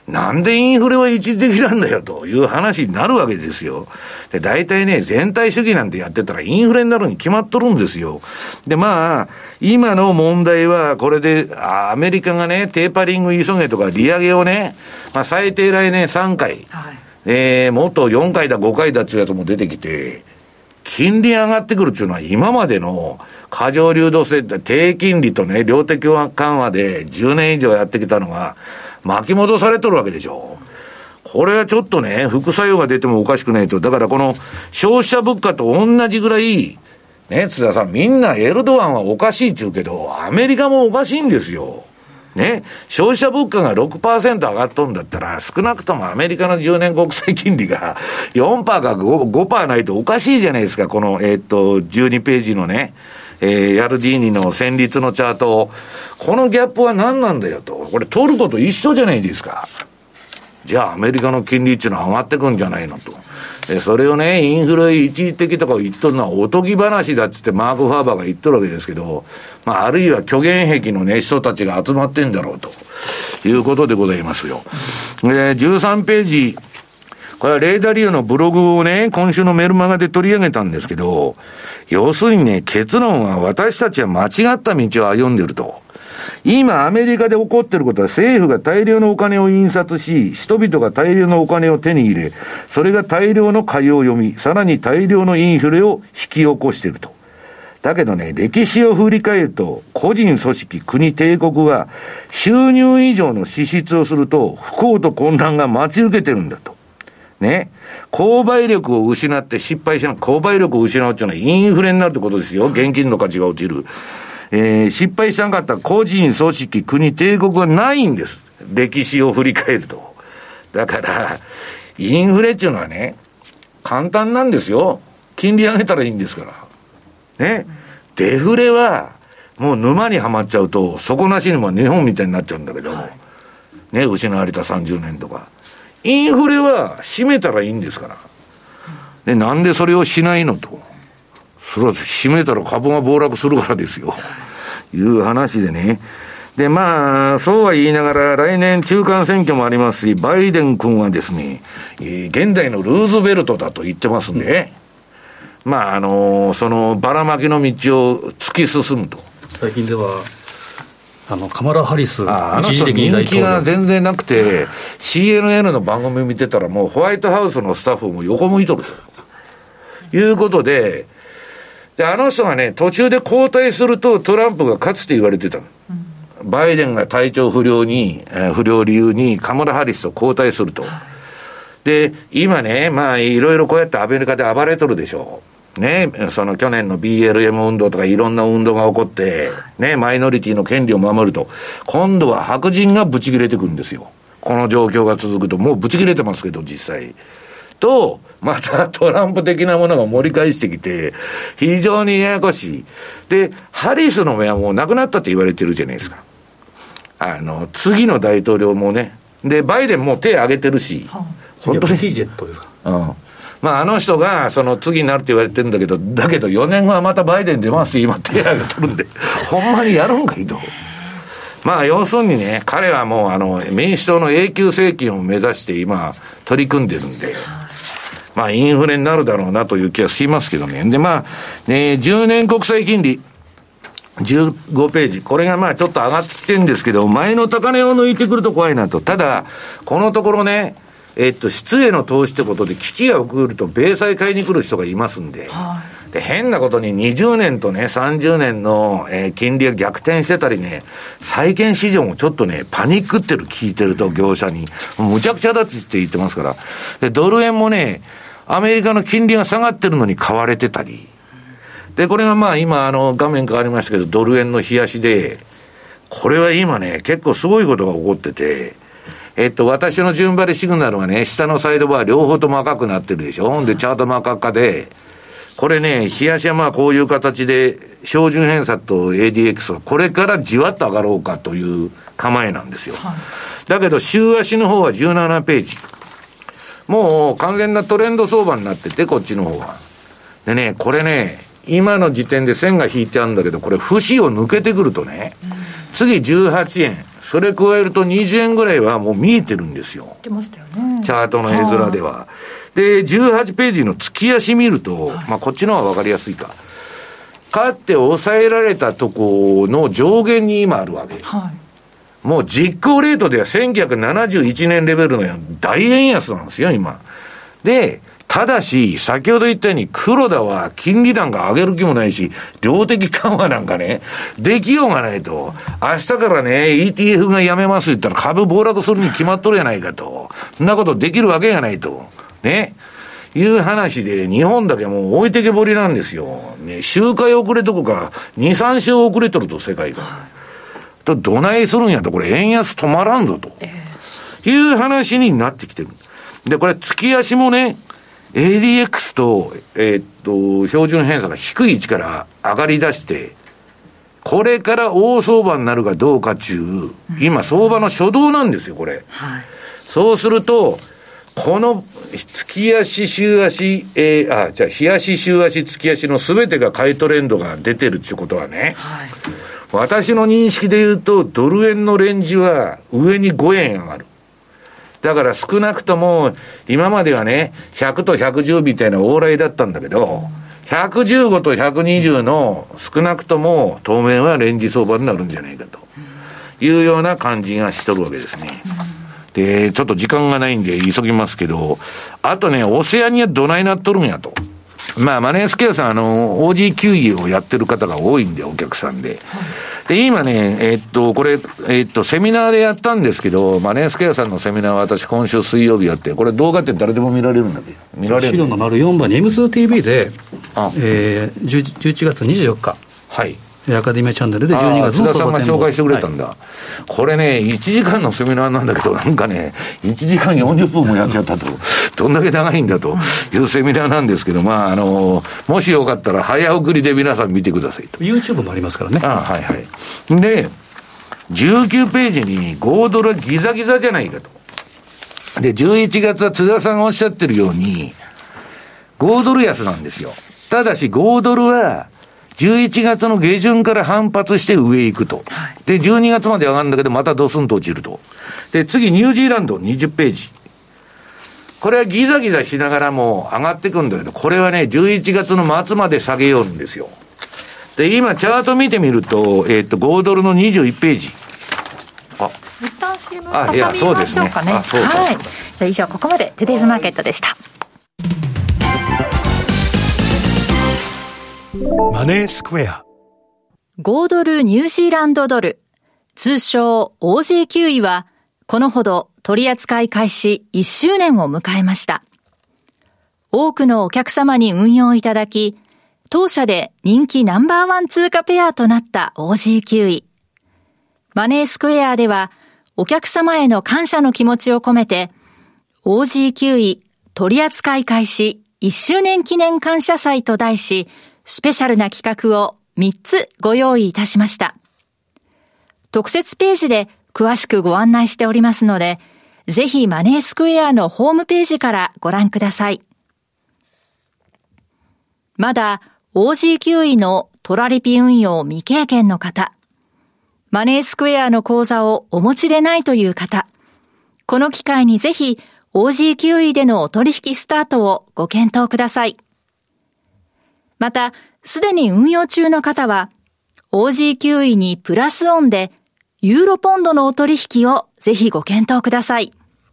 なんでインフレは一時的なんだよという話になるわけですよ。で、大体ね、全体主義なんてやってたらインフレになるに決まっとるんですよ。で、まあ、今の問題はこれで、アメリカがね、テーパリング急げとか利上げをね、まあ最低来年さんかい、はい、えー、もっとよんかいだごかいだっていうやつも出てきて、金利上がってくるっていうのは今までの過剰流動性、低金利とね、量的緩和でじゅうねん以上やってきたのが巻き戻されとるわけでしょ。これはちょっとね、副作用が出てもおかしくないと。だからこの消費者物価と同じぐらい、ね、津田さん、みんなエルドアンはおかしいって言うけど、アメリカもおかしいんですよ。ね、消費者物価が ろくパーセント 上がっとんだったら、少なくともアメリカのじゅうねん国債金利が よんパーセント か ごパーセント ないとおかしいじゃないですか。この、えー、っと、じゅうにページのね、えー、ヤルディーニの戦率のチャートを、このギャップは何なんだよと。これトルコと一緒じゃないですか。じゃあアメリカの金利っていうのは上がってくんじゃないのと。で、それをね、インフレ一時的とか言っとるのはおとぎ話だっつってマーク・ファーバーが言っとるわけですけど、まあ、あるいは虚言癖のね、人たちが集まってんだろうということでございますよ。で、じゅうさんページ、これはレーダーリオのブログをね、今週のメルマガで取り上げたんですけど、要するにね、結論は私たちは間違った道を歩んでると。今アメリカで起こっていることは政府が大量のお金を印刷し、人々が大量のお金を手に入れ、それが大量の買いを読み、さらに大量のインフレを引き起こしていると。だけどね、歴史を振り返ると、個人、組織、国、帝国は収入以上の支出をすると不幸と混乱が待ち受けてるんだと。ね。購買力を失って失敗しない、購買力を失うっていうのはインフレになるってことですよ。現金の価値が落ちる。えー、失敗しなかった個人、組織、国、帝国はないんです。歴史を振り返ると。だから、インフレっていうのはね、簡単なんですよ。金利上げたらいいんですから。ね。デフレは、もう沼にはまっちゃうと、底なしにも日本みたいになっちゃうんだけど、はい、ね、失われたさんじゅうねんとか。インフレは閉めたらいいんですから。で、なんでそれをしないのと。それは閉めたら株が暴落するからですよ。いう話でね。で、まあ、そうは言いながら、来年中間選挙もありますし、バイデン君はですね、えー、現代のルーズベルトだと言ってますんで、うん、まあ、あのー、その、ばらまきの道を突き進むと。 最近では、あの、カマラ・ハリス、 あ, あの人人気が全然なくて、シーエヌエヌ の番組見てたら、もうホワイトハウスのスタッフも横向いとると。いうことで、で、あの人がね、途中で交代するとトランプが勝つって言われてたの。うん、バイデンが体調不良に、えー、不良理由にカマラ・ハリスと交代すると。で、今ね、まあ、いろいろこうやってアメリカで暴れとるでしょう。ね、その去年の ビーエルエム 運動とかいろんな運動が起こって、ね、マイノリティの権利を守ると。今度は白人がブチ切れてくるんですよ。この状況が続くと、もうブチ切れてますけど、実際。と、またトランプ的なものが盛り返してきて、非常にややこしい。で、ハリスの目はもうなくなったって言われてるじゃないですか。あの、次の大統領もね。で、バイデンも手挙げてるし。 はあ、本当に。ティージェットですか。 うん。まあ、あの人が、その次になるって言われてるんだけど、だけどよねんごはまたバイデン出ます今手挙げてるんで、ほんまにやるんかいと。まあ、要するにね、彼はもう、あの、民主党の永久政権を目指して今、取り組んでるんで、まあ、インフレになるだろうなという気はしますけどね。で、まあ、ね、じゅうねん国債金利、じゅうごページ。これがまあ、ちょっと上がってきてるんですけど、前の高値を抜いてくると怖いなと。ただ、このところね、えっと、質への投資ってことで危機が起こると米債買いに来る人がいますんで、はい、で変なことににじゅうねんとねさんじゅうねんの、えー、金利が逆転してたりね、債券市場もちょっとねパニックってる聞いてると業者にむちゃくちゃだって言ってますから、でドル円もねアメリカの金利が下がってるのに買われてたりで、これがまあ今あの画面変わりましたけどドル円の冷やしで、これは今ね結構すごいことが起こってて、えっと、私の順張りシグナルがね、下のサイドバー両方とも赤くなってるでしょ。ほんで、チャートも赤っかで、これね、冷やしはまあこういう形で、標準偏差と エーディーエックス はこれからじわっと上がろうかという構えなんですよ。はい、だけど、週足の方はじゅうななページ。もう完全なトレンド相場になってて、こっちの方は。でね、これね、今の時点で線が引いてあるんだけど、これ、節を抜けてくるとね、うん、次じゅうはちえん、 それ加えるとにじゅうえんぐらいはもう見えてるんですよ。 出ましたよね。 チャートの絵面では。で、じゅうはちページの月足見ると、はい、まあこっちの方が分かりやすいか。買って抑えられたとこの上限に今あるわけ。はい、もう実行レートではせんきゅうひゃくななじゅういちねんレベルの大円安なんですよ、今。で、ただし、先ほど言ったように黒田は金利段が上げる気もないし、量的緩和なんかね、できようがないと。明日からね、イーティーエフ がやめますって言ったら株暴落するに決まっとるやないかと。そんなことできるわけがないと。ね。いう話で、日本だけもう置いてけぼりなんですよ。ね、周回遅れとこか、に、さん週遅れとると、世界が。と、どないするんやと、これ円安止まらんぞと。いう話になってきてる。で、これ月足もね、エーディーエックス と、えー、っと、標準偏差が低い位置から上がり出して、これから大相場になるかどうかっていう、今相場の初動なんですよ、これ。はい、そうすると、この月足、週足、えー、あ、じゃあ、日足、週足、月足の全てが買いトレンドが出てるっていうことはね、はい、私の認識で言うと、ドル円のレンジは上にごえん上がる。だから少なくとも、今まではね、ひゃくとひゃくじゅうみたいな往来だったんだけど、ひゃくじゅうごとひゃくにじゅうの少なくとも当面はレンジ相場になるんじゃないかというような感じがしとるわけですね。で、ちょっと時間がないんで急ぎますけど、あとね、オセアニアどないなっとるんやと。まあ、マネースケアさん、あの、オージーキューイー をやってる方が多いんで、お客さんで。で、今ね、えっと、これ、えっと、セミナーでやったんですけど、マネースケアさんのセミナーは私今週水曜日やって、これ動画って誰でも見られるんだけど、見られる。 資料の丸よんばんに エムツーティーブイ で、えー、じゅういちがつにじゅうよっか。はい。アカデミアチャンネルでじゅうにがつの津田さんが紹介してくれたんだ、はい、これねいちじかんのセミナーなんだけどなんかねいちじかんよんじゅっぷんもやっちゃったとどんだけ長いんだというセミナーなんですけど、まああのもしよかったら早送りで皆さん見てくださいと。 YouTube もありますからね。 ああはいはい。でじゅうきゅうページにごドルはギザギザじゃないかと。でじゅういちがつは津田さんがおっしゃってるようにごドル安なんですよ。ただしごドルはじゅういちがつの下旬から反発して上行くと。はい、で、じゅうにがつまで上がるんだけど、またドスンと落ちると。で、次、ニュージーランドにじゅうページ。これはギザギザしながらも上がってくんだけど、これはね、じゅういちがつの末まで下げよるんですよ。で、今、チャート見てみると、えっと、ごドルのにじゅういちページ。 あ、一旦 シーエム 挟みましょうかね。あ、いや、そうですね。あ、そうそうそう。はい。じゃあ以上、ここまで、トゥデイズマーケットでした。 マネースクエアごドルニュージーランドドル通称 オージーキューイー はこのほど取扱い開始いっしゅうねんを迎えました。多くのお客様に運用いただき当社で人気ナンバーワン通貨ペアとなった オージーキューイー。マネースクエアではお客様への感謝の気持ちを込めて オージーキューイー 取扱い開始いっしゅうねん記念感謝祭と題しスペシャルな企画をみっつご用意いたしました。特設ページで詳しくご案内しておりますので、ぜひマネースクエアのホームページからご覧ください。まだ オージーキューイー のトラリピ運用未経験の方、マネースクエアの口座をお持ちでないという方、この機会にぜひ オージーキューイー でのお取引スタートをご検討ください。また、すでに運用中の方は、オージーキューイー にプラスオンで、ユーロポンドのお取引をぜひご検討ください。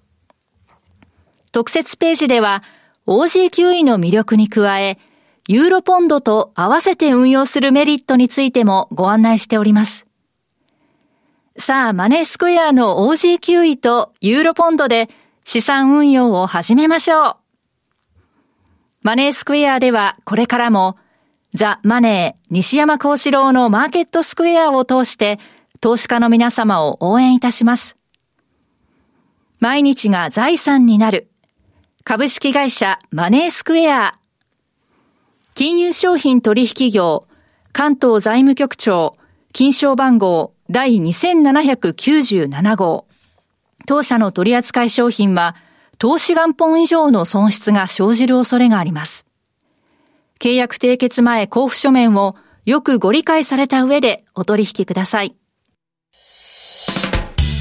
特設ページでは、オージーキューイー の魅力に加え、ユーロポンドと合わせて運用するメリットについてもご案内しております。さあ、マネースクエアの オージーキューイー とユーロポンドで資産運用を始めましょう。マネースクエアではこれからもザ・マネー西山幸四郎のマーケットスクエアを通して投資家の皆様を応援いたします。毎日が財産になる株式会社マネースクエア金融商品取引業関東財務局長金賞番号第にせんななひゃくきゅうじゅうなな号。当社の取扱い商品は投資元本以上の損失が生じる恐れがあります。契約締結前交付書面をよくご理解された上でお取引ください。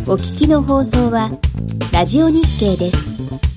お聞きの放送はラジオ日経です。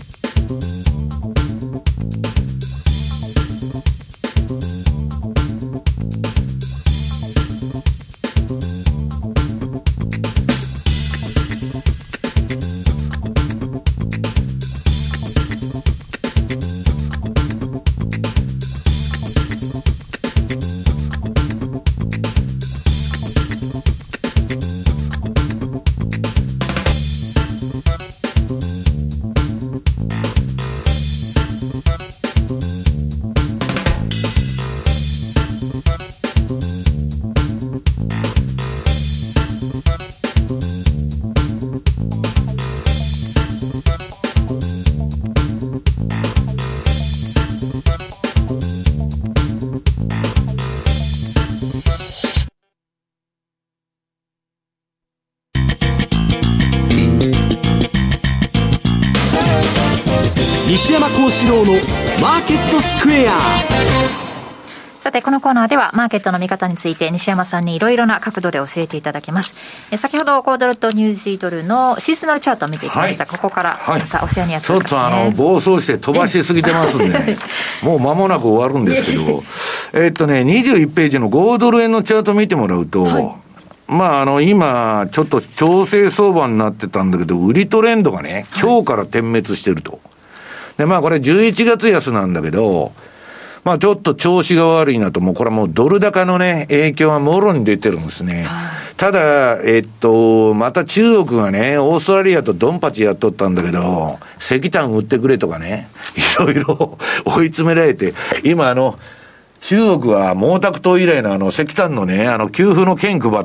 西山幸四郎のマーケットスクエア。 さてこのコーナーではマーケットの見方について西山さんにいろいろな角度で教えていただきます。え先ほどゴードルとニュージードルのシーズナルチャートを見ていきました、はい、ここからまたオセアニア通貨ですね、 ちょっとあの暴走して飛ばしすぎてますんでねもう間もなく終わるんですけどえっとねにじゅういちページのゴードル円のチャート見てもらうと、はい、まああの今ちょっと調整相場になってたんだけど売りトレンドがね今日から点滅してると。でまあこれじゅういちがつ安なんだけど、まあちょっと調子が悪いなと、もうこれはもうドル高のね影響がもろに出てるんですね。ただえっとまた中国がねオーストラリアとドンパチやっとったんだけど、石炭売ってくれとかねいろいろ追い詰められて、今あの中国は毛沢東以来のあの石炭のねあの給付の券配って、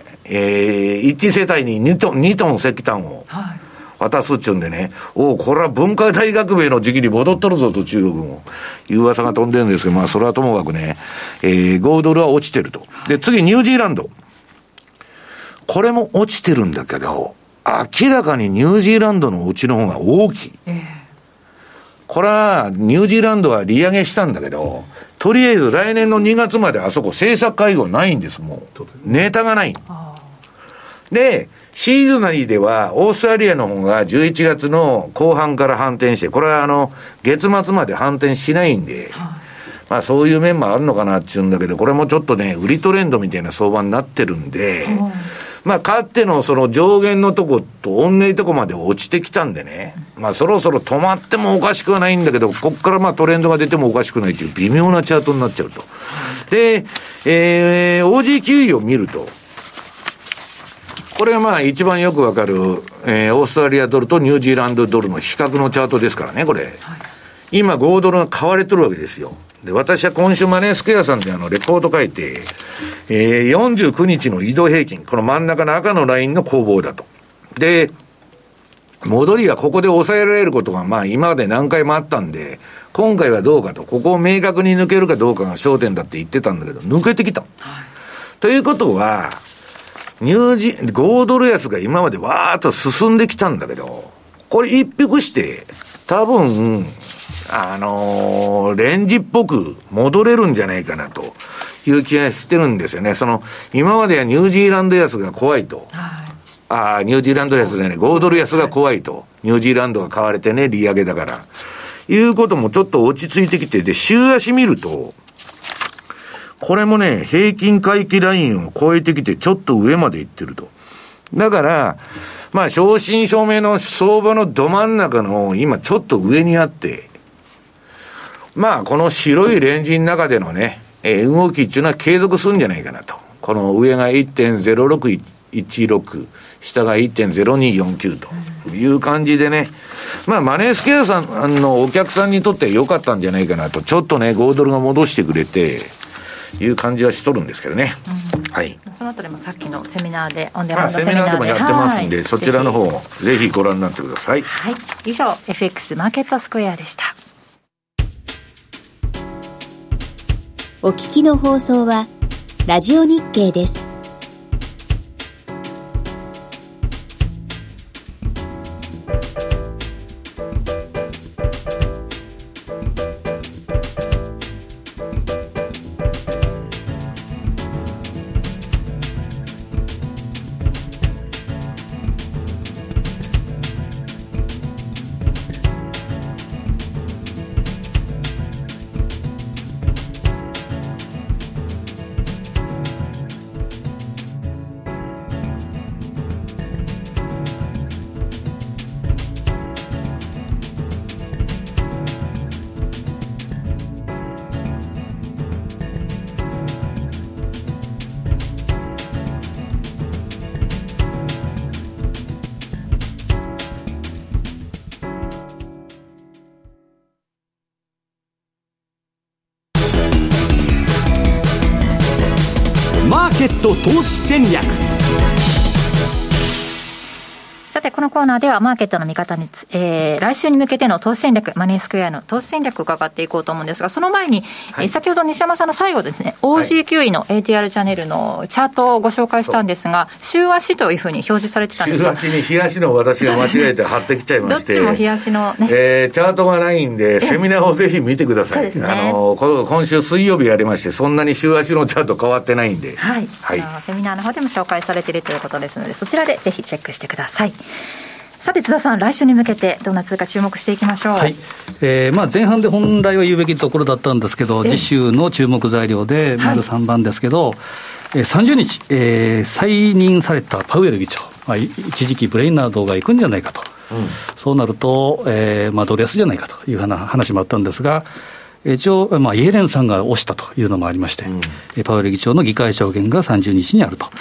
えー、一世帯ににトンにトン石炭を、はい渡すっちゅうんでね、おうこれは文化大革命の時期に戻っとるぞと中国もいう噂が飛んでるんですけど、まあそれはともかくね、えー、ごドルは落ちてると。で次ニュージーランド、これも落ちてるんだけど明らかにニュージーランドの落ちの方が大きい、えー、これはニュージーランドは利上げしたんだけど、とりあえず来年のにがつまであそこ政策会合ないんです。もうネタがない。でシーズナリーではオーストラリアの方がじゅういちがつの後半から反転して、これはあの月末まで反転しないんで、はい、まあそういう面もあるのかなって言うんだけど、これもちょっとね売りトレンドみたいな相場になってるんで、はい、まあかつてのその上限のとこと同じとこまで落ちてきたんでね、まあそろそろ止まってもおかしくはないんだけど、こっからまあトレンドが出てもおかしくないという微妙なチャートになっちゃうと。で、えー、オージーキューイー を見ると、これがまあ一番よくわかる、えー、オーストラリアドルとニュージーランドドルの比較のチャートですからね、これ。はい、今ごドルが買われてるわけですよ。で、私は今週マネースクエアさんであのレポート書いて、えー、よんじゅうくにちの移動平均、この真ん中の赤のラインの攻防だと。で、戻りはここで抑えられることがまあ今まで何回もあったんで、今回はどうかと、ここを明確に抜けるかどうかが焦点だって言ってたんだけど、抜けてきた。はい、ということは、ニュージー、ごドル安が今までわーっと進んできたんだけど、これ一服して、多分、あのー、レンジっぽく戻れるんじゃないかなという気がしてるんですよね。その、今まではニュージーランド安が怖いと。はい、ああ、ニュージーランド安でね、ごドル安が怖いと。はい、ニュージーランドが買われてね、利上げだから。いうこともちょっと落ち着いてきて、で、週足見ると、これもね、平均回帰ラインを超えてきて、ちょっと上まで行ってると。だから、まあ、正真正銘の相場のど真ん中の、今ちょっと上にあって、まあ、この白いレンジの中でのね、えー、動きっていうのは継続するんじゃないかなと。この上が いってんゼロろくいちろく、下が いってんゼロによんきゅう という感じでね、まあ、マネースケアさんのお客さんにとって良かったんじゃないかなと、ちょっとね、ごドルが戻してくれて、いう感じはしとるんですけどね。うん、はい。そのあたりもさっきのセミナーでオンデマンドセミナーで、セミナーでもやってますんで、そちらの方ぜひご覧になってください。 はい。以上 エフエックス マーケットスクエアでした。 お聞きの放送はラジオ日経です。 ト投資戦略。 さてこのコーナーではマーケットの見方につ、えー、来週に向けての投資戦略、マネースクエアの投資戦略を伺っていこうと思うんですが、その前に、はい、えー、先ほど西山さんの最後ですね、 オージーキューイー の エーティーアール チャンネルのチャートをご紹介したんですが、週足というふうに表示されてたんですが、 週足に日足の私が間違えて貼ってきちゃいましてどっちも日足のね、 えー、チャートがないんでセミナーをぜひ見てください。そうですね、あの今週水曜日やりまして、そんなに週足のチャート変わってないんで、 はい、 はい、 セミナーの方でも紹介されているということですので、そちらでぜひチェックしてください。さて津田さん、来週に向けてどんな通貨注目していきましょう。 はい、えーまあ、前半で本来は言うべきところだったんですけど、次週の注目材料で丸さんばんですけど、はい、えー、さんじゅうにち、えー、再任されたパウエル議長、まあ、一時期ブレイナードが行くんじゃないかと、うん、そうなると、えーまあ、ドル安じゃないかという話もあったんですが、一応、まあ、イエレンさんが推したというのもありまして、うん、パウエル議長の議会証言がさんじゅうにちにあると、はい、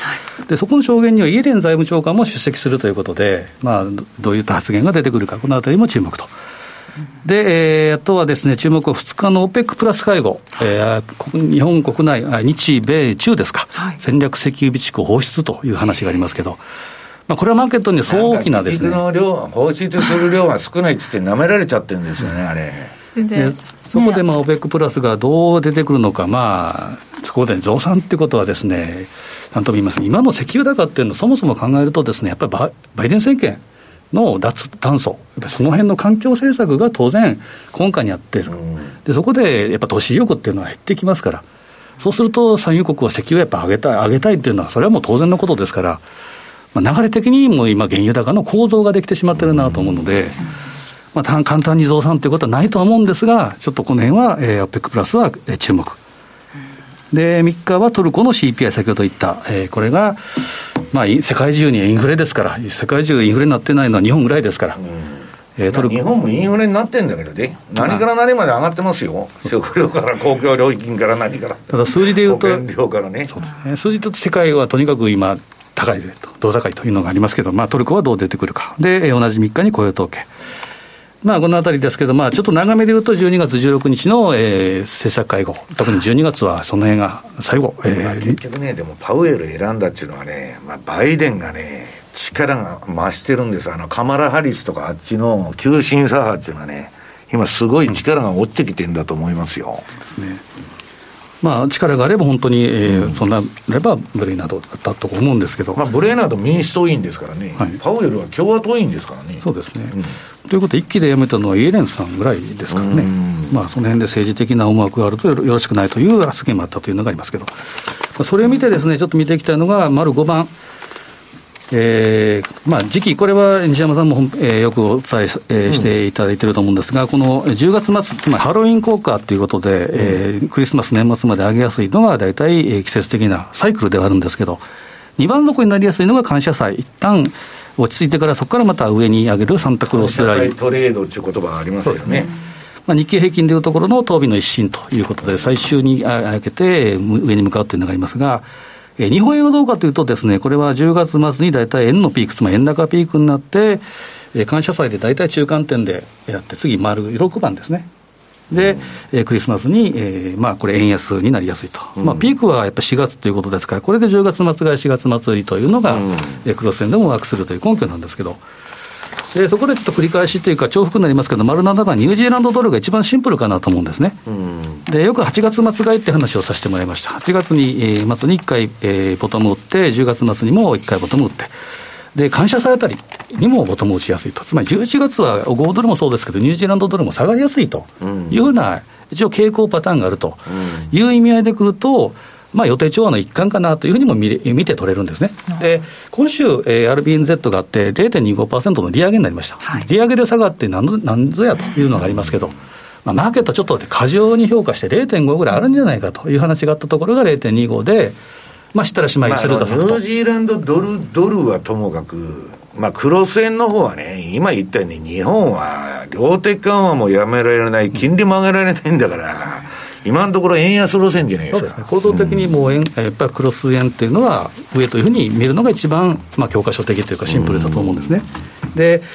でそこの証言にはイエレン財務長官も出席するということで、まあ、どういった発言が出てくるか、このあたりも注目と。で、えー、あとはですね、注目はふつかの オペック プラス会合、えー、日本国内、日米中ですか、はい、戦略石油備蓄放出という話がありますけど、まあ、これはマーケットにそう大きなですね、 備蓄の量、放出する量が少ないって言って舐められちゃってるんですよね、あれ。 でそこでまあ オペック プラスがどう出てくるのか、まあ、そこで増産ってことはですね、なんとも言います、今の石油高っていうのをそもそも考えるとですね、やっぱりバイ、バイデン政権の脱炭素、やっぱその辺の環境政策が当然根幹にあって、でそこでやっぱ投資意欲っていうのは減ってきますから、そうすると産油国は石油をやっぱ上げたい上げたいっていうのはそれはもう当然のことですから、まあ、流れ的にも今原油高の構造ができてしまってるなと思うので、まあ、簡単に増産ということはないとは思うんですが、ちょっとこの辺は、えー、オペック プラスは、えー、注目で、みっかはトルコの シーピーアイ、先ほど言った、えー、これが、まあ、世界中にインフレですから、世界中インフレになってないのは日本ぐらいですから、うん、 えー、トルコ、まあ、日本もインフレになってるんだけどね、何から何まで上がってますよ、食料から公共料金から何から、 ただ数字で言うと、 保険料からね、 そうですね、数字で言うと世界はとにかく今高いと、同高いというのがありますけど、まあ、トルコはどう出てくるかで、同じみっかに雇用統計、まあ、このあたりですけど、まあ、ちょっと長めで言うとじゅうにがつじゅうろくにちの、えー、政策会合、特にじゅうにがつはその辺が最後、えー、 結局ね、でもパウエル選んだっていうのはね、まあ、バイデンがね力が増してるんです。あのカマラ・ハリスとかあっちの急進左派っていうのはね、今すごい力が落ちてきてるんだと思いますよ。 そうですね、まあ、力があれば本当に、えーうん、そんなればブレイナードだったと思うんですけど、 まあ、ブレイナード民主党員ですからね、はい、パウエルは共和党員ですからね。 そうですね、うん、ということで一気で辞めたのはイエレンさんぐらいですからね、まあ、その辺で政治的な思惑があるとよろしくないという発言もあったというのがありますけど、まあ、それを見てですね、ちょっと見ていきたいのが丸ごばん、えーまあ、時期、これは西山さんも、えー、よくお伝え、えー、していただいていると思うんですが、このじゅうがつ末、つまりハロウィン効果ということで、うん、えー、クリスマス年末まで上げやすいのが大体、えー、季節的なサイクルではあるんですけど、にばん底になりやすいのが感謝祭、一旦落ち着いてからそこからまた上に上げるサンタクロースライン、 トレードという言葉がありますよね。 まあ、日経平均でいうところの当日の一新ということで、最終に上げて上に向かうというのがありますが、えー、日本円はどうかというとですね、これはじゅうがつ末に大体円のピーク、つまり円高ピークになって、えー、感謝祭で大体中間点でやって、次丸ろくばんですね。で、うん、えー、クリスマスに、えー、まあこれ円安になりやすいと、うん、まあ、ピークはやっぱりしがつということですから、これでじゅうがつ末がしがつ末売りというのが、うん、えー、クロス円でもワークするという根拠なんですけど、でそこでちょっと繰り返しというか重複になりますけど、丸ななばんニュージーランドドルが一番シンプルかなと思うんですね、うん、でよくはちがつ末買いって話をさせてもらいました。はちがつに、えー、末にいっかい、えー、ボトム打って、じゅうがつ末にもいっかいボトム打って、で感謝祭あたりにもボトム打ちやすいと、つまりじゅういちがつはごドルもそうですけど、ニュージーランドドルも下がりやすいというふうな、一応傾向パターンがあるという意味合いでくると、まあ、予定調和の一環かなというふうにも 見, 見て取れるんですね。で今週、えー、アールビーエヌゼット があって ゼロてんにごパーセント の利上げになりました、はい、利上げで下がって何なんぞやというのがありますけど、まあ、マーケットちょっと過剰に評価して ゼロてんご ぐらいあるんじゃないかという話があったところが ゼロてんにご で、まあ、知ったらしまいすると、 まあ、ニュージーランドドルドルはともかく、まあ、クロス円の方はね、今言ったように日本は量的緩和もやめられない、金利も上げられないんだから、今のところ円安路線じゃないですか。 そうですね、構造的にもう円、うん、やっぱりクロス円っていうのは上というふうに見るのが一番、まあ、教科書的というかシンプルだと思うんですね。で、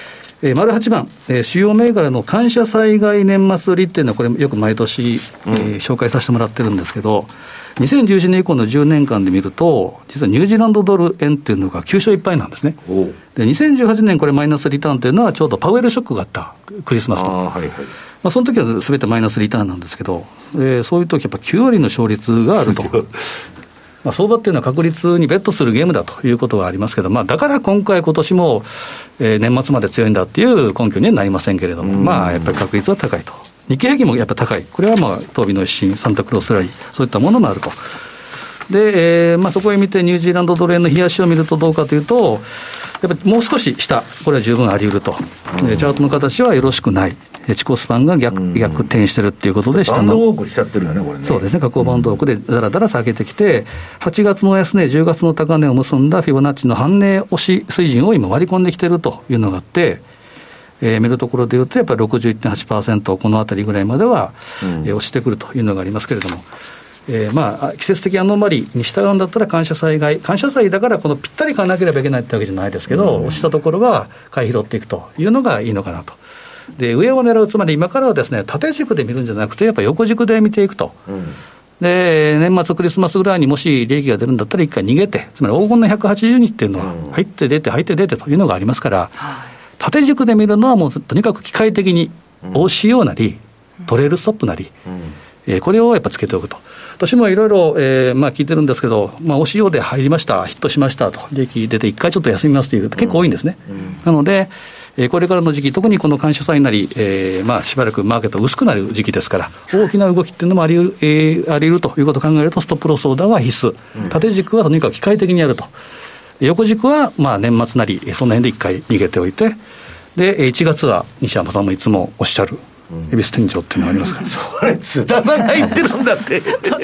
えー、丸はちばん、えー、主要銘柄の感謝災害年末売りっていうのはこれよく毎年、えー、紹介させてもらってるんですけど、にせんじゅういちねん以降のじゅうねんかんで見ると実はニュージーランドドル円っていうのがきゅうしょういっぱいなんですね。でにせんじゅうはちねんこれマイナスリターンというのはちょうどパウエルショックがあったクリスマスの、あ、はいはい、まあ、その時は全てマイナスリターンなんですけど、えー、そういう時やっぱきゅうわりの勝率があるとまあ相場っていうのは確率にベットするゲームだということはありますけど、まあ、だから今回今年も、えー、年末まで強いんだっていう根拠にはなりませんけれども、まあやっぱり確率は高いと。日経平均もやっぱり高い。これはまあ当美の一新、サンタクロースラリー、そういったものもあると。で、えーまあ、そこへ見てニュージーランドドル円の冷やしを見るとどうかというと、やっぱりもう少し下、これは十分あり得ると、うん、チャートの形はよろしくない、自己スパンが 逆,、うん、逆転してるっていうことで、下のバンドウォークしちゃってるよね、これね。 そうですね、下降バンドウォークでだらだら下げてきて、はちがつの安値、じゅうがつの高値を結んだフィボナッチの半値押し水準を今割り込んできてるというのがあって、えー、見るところでいうとやっぱり ろくじゅういってんはちパーセント このあたりぐらいまでは、うんえー、押してくるというのがありますけれども、えーまあ、季節的アノマリに従うんだったら感謝災害、感謝祭だからこのぴったり買わなければいけないってわけじゃないですけど、うん、押したところは買い拾っていくというのがいいのかなと。で上を狙う、つまり今からはですね、縦軸で見るんじゃなくてやっぱ横軸で見ていくと、うん、で年末クリスマスぐらいにもし利益が出るんだったら一回逃げて、つまり黄金のひゃくはちじゅうにちっていうのは入って出て入って出てというのがありますから、うん、縦軸で見るのはもうとにかく機械的に オーシーオー なり、うん、トレールストップなり、うんえー、これをやっぱつけておくと。私もいろいろ聞いてるんですけど、まあ、オーシーオー で入りました、ヒットしましたと、利益出ていっかいちょっと休みますという結構多いんですね、うんうん、なので、えー、これからの時期、特にこの感謝祭なり、えーまあ、しばらくマーケット薄くなる時期ですから、大きな動きっていうのもあり得る、えー、あり得るということを考えると、ストップロスオーダーは必須、うん、縦軸はとにかく機械的にやると、横軸はまあ年末なりその辺でいっかい逃げておいて、でいちがつは西山さんもいつもおっしゃる恵比寿天井っていうのがありますから、 それ津田さんが言ってるんだって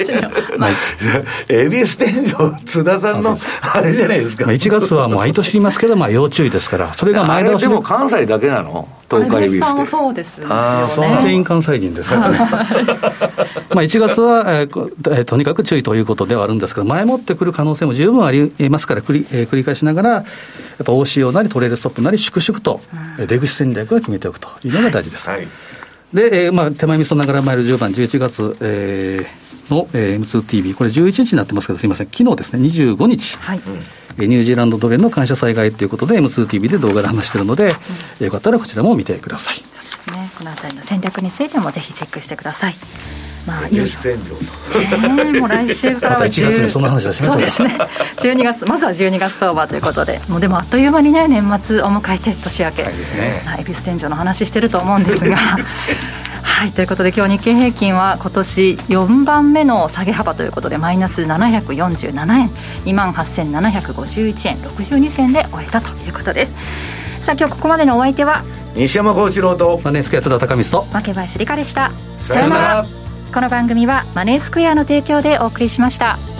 恵比寿天井津田さんのあれじゃないですか。 いちがつはもう毎年言いますけど、まあ要注意ですから、それが前倒しで。 でも関西だけなの、東海恵比寿って。 そうですよね。 ああ、そう全員関西人ですからねまあいちがつは、えー、とにかく注意ということではあるんですけど、前もってくる可能性も十分ありますから、繰り、えー、繰り返しながらやっぱ オーシーオー なりトレールストップなり粛々と出口戦略を決めておくというのが大事です、はいはい。で、えーまあ、手前味噌ながら参るじゅうばんじゅういちがつ、えー、の、えー、エムツーティービー、これじゅういちにちになってますけど、すみません、昨日ですね、にじゅうごにち、はい、えー、ニュージーランドドル円の感謝災害ということで エムツーティービー で動画で話しているので、うん、えー、よかったらこちらも見てください。 そうですね、このあたりの戦略についてもぜひチェックしてください。まあ、 ニュース天井と、 えー、もう来週からはまたいちがつにそんな話はしましょう。 そうですね、じゅうにがつ、まずはじゅうにがつ相場ということで、もうでもあっという間にね、年末を迎えて年明け、はいですね、恵比寿天井の話してると思うんですがはい、ということで今日日経平均は今年よんばんめの下げ幅ということでマイナスななひゃくよんじゅうななえん にまんはっせんななひゃくごじゅういちえんろくじゅうにせんで終えたということです。さあ今日ここまでのお相手は西山幸四郎とマネースクエア津田高光と牧林理香でした。 さよなら。 この番組はマネースクエアの提供でお送りしました。